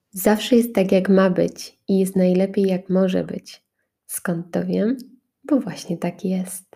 Zawsze jest tak, jak ma być i jest najlepiej, jak może być. Skąd to wiem? Bo właśnie tak jest.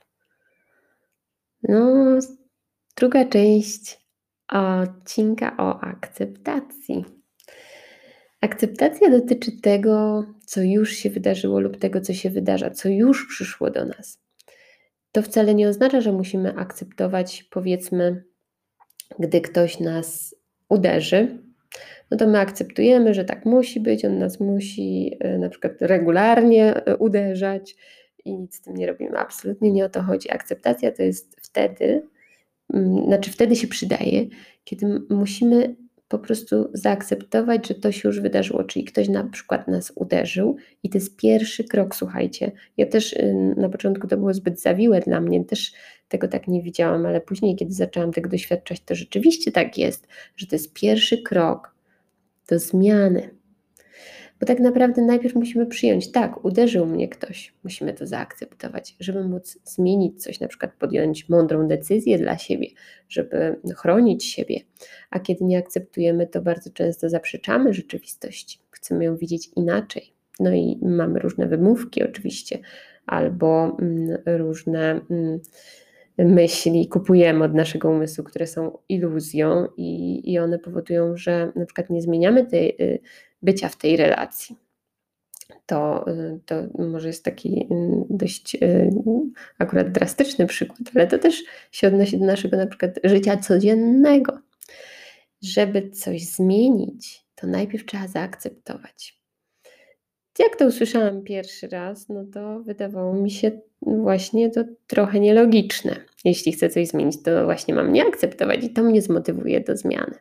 No, druga część odcinka o akceptacji. Akceptacja dotyczy tego, co już się wydarzyło lub tego, co się wydarza, co już przyszło do nas. To wcale nie oznacza, że musimy akceptować, powiedzmy, gdy ktoś nas uderzy, no to my akceptujemy, że tak musi być, on nas musi na przykład regularnie uderzać i nic z tym nie robimy. Absolutnie nie o to chodzi. Akceptacja to jest wtedy, znaczy wtedy się przydaje, kiedy musimy po prostu zaakceptować, że to się już wydarzyło, czyli ktoś na przykład nas uderzył i to jest pierwszy krok, słuchajcie. Ja też na początku to było zbyt zawiłe dla mnie, też tego tak nie widziałam, ale później, kiedy zaczęłam tego doświadczać, to rzeczywiście tak jest, że to jest pierwszy krok do zmiany. Bo tak naprawdę najpierw musimy przyjąć, tak, uderzył mnie ktoś, musimy to zaakceptować, żeby móc zmienić coś, na przykład podjąć mądrą decyzję dla siebie, żeby chronić siebie. A kiedy nie akceptujemy, to bardzo często zaprzeczamy rzeczywistości, chcemy ją widzieć inaczej. No i mamy różne wymówki oczywiście, albo różne myśli kupujemy od naszego umysłu, które są iluzją i one powodują, że na przykład nie zmieniamy bycia w tej relacji. To może jest taki dość akurat drastyczny przykład, ale to też się odnosi do naszego na przykład życia codziennego. Żeby coś zmienić, to najpierw trzeba zaakceptować. Jak to usłyszałam pierwszy raz, no to wydawało mi się właśnie to trochę nielogiczne. Jeśli chcę coś zmienić, to właśnie mam nie akceptować i to mnie zmotywuje do zmiany.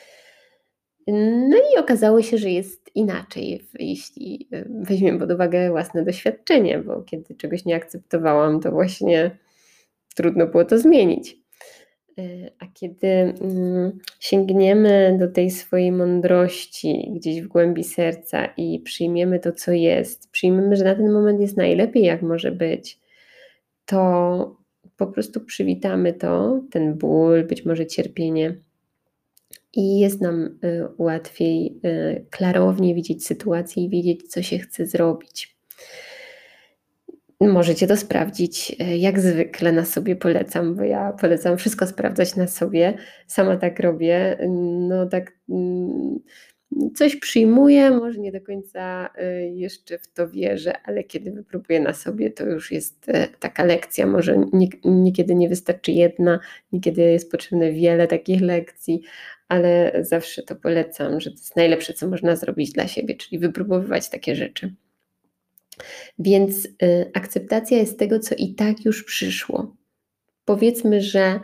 No i okazało się, że jest inaczej, jeśli weźmiemy pod uwagę własne doświadczenie, bo kiedy czegoś nie akceptowałam, to właśnie trudno było to zmienić. A kiedy sięgniemy do tej swojej mądrości gdzieś w głębi serca i przyjmiemy to, co jest, przyjmiemy, że na ten moment jest najlepiej, jak może być, to po prostu przywitamy to, ten ból, być może cierpienie i jest nam łatwiej, klarownie widzieć sytuację i wiedzieć, co się chce zrobić. Możecie to sprawdzić, jak zwykle na sobie polecam, bo ja polecam wszystko sprawdzać na sobie. Sama tak robię. No tak coś przyjmuję, może nie do końca jeszcze w to wierzę, ale kiedy wypróbuję na sobie, to już jest taka lekcja. Może niekiedy nie wystarczy jedna, niekiedy jest potrzebne wiele takich lekcji, ale zawsze to polecam, że to jest najlepsze, co można zrobić dla siebie, czyli wypróbowywać takie rzeczy. Więc akceptacja jest tego, co i tak już przyszło. Powiedzmy, że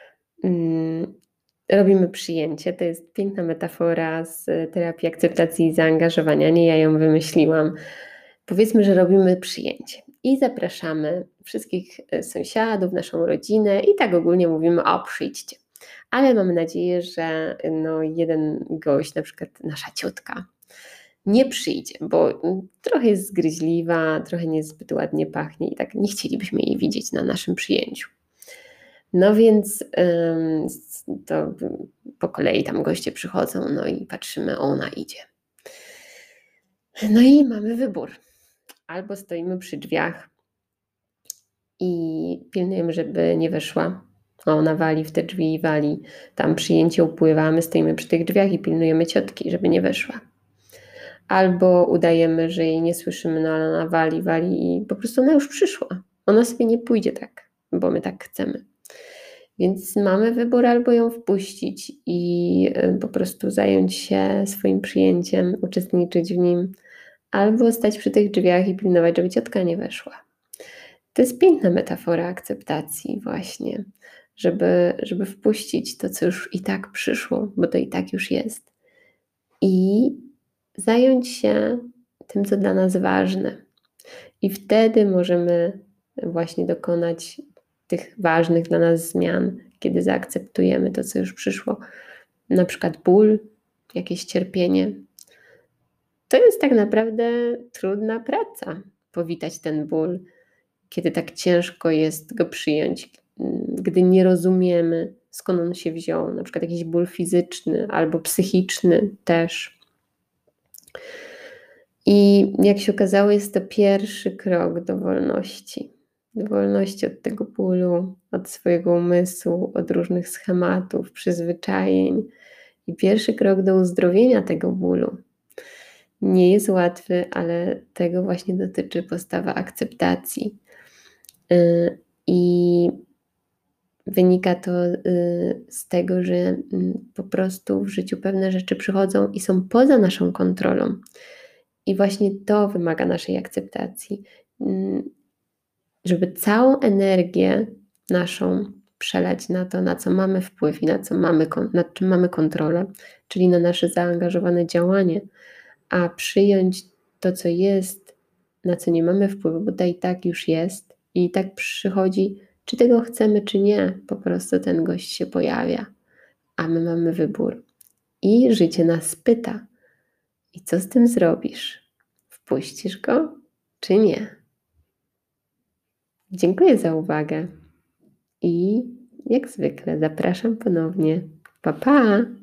robimy przyjęcie. To jest piękna metafora z terapii akceptacji i zaangażowania. Nie ja ją wymyśliłam. Powiedzmy, że robimy przyjęcie i zapraszamy wszystkich sąsiadów, naszą rodzinę i tak ogólnie mówimy: o, przyjdźcie. Ale mamy nadzieję, że jeden gość, na przykład nasza ciotka, nie przyjdzie, bo trochę jest zgryźliwa, trochę niezbyt ładnie pachnie i tak nie chcielibyśmy jej widzieć na naszym przyjęciu. No więc to po kolei tam goście przychodzą, no i patrzymy, ona idzie. No i mamy wybór. Albo stoimy przy drzwiach i pilnujemy, żeby nie weszła, a ona wali w te drzwi i wali. Tam przyjęcie upływa, my stoimy przy tych drzwiach i pilnujemy ciotki, żeby nie weszła. Albo udajemy, że jej nie słyszymy, no ale ona wali i po prostu ona już przyszła. Ona sobie nie pójdzie tak, bo my tak chcemy. Więc mamy wybór albo ją wpuścić i po prostu zająć się swoim przyjęciem, uczestniczyć w nim, albo stać przy tych drzwiach i pilnować, żeby ciotka nie weszła. To jest piękna metafora akceptacji właśnie, żeby wpuścić to, co już i tak przyszło, bo to i tak już jest. I zająć się tym, co dla nas ważne. I wtedy możemy właśnie dokonać tych ważnych dla nas zmian, kiedy zaakceptujemy to, co już przyszło. Na przykład ból, jakieś cierpienie. To jest tak naprawdę trudna praca, powitać ten ból, kiedy tak ciężko jest go przyjąć, gdy nie rozumiemy, skąd on się wziął, na przykład jakiś ból fizyczny albo psychiczny też. I jak się okazało, jest to pierwszy krok do wolności. Do wolności od tego bólu, od swojego umysłu, od różnych schematów, przyzwyczajeń. I pierwszy krok do uzdrowienia tego bólu. Nie jest łatwy, ale tego właśnie dotyczy postawa akceptacji. I wynika to z tego, że po prostu w życiu pewne rzeczy przychodzą i są poza naszą kontrolą. I właśnie to wymaga naszej akceptacji, żeby całą energię naszą przelać na to, na co mamy wpływ i nad czym mamy kontrolę, czyli na nasze zaangażowane działanie, a przyjąć to, co jest, na co nie mamy wpływu, bo to i tak już jest i tak przychodzi, czy tego chcemy, czy nie, po prostu ten gość się pojawia, a my mamy wybór. I życie nas pyta, i co z tym zrobisz? Wpuścisz go, czy nie? Dziękuję za uwagę i jak zwykle zapraszam ponownie. Pa, pa!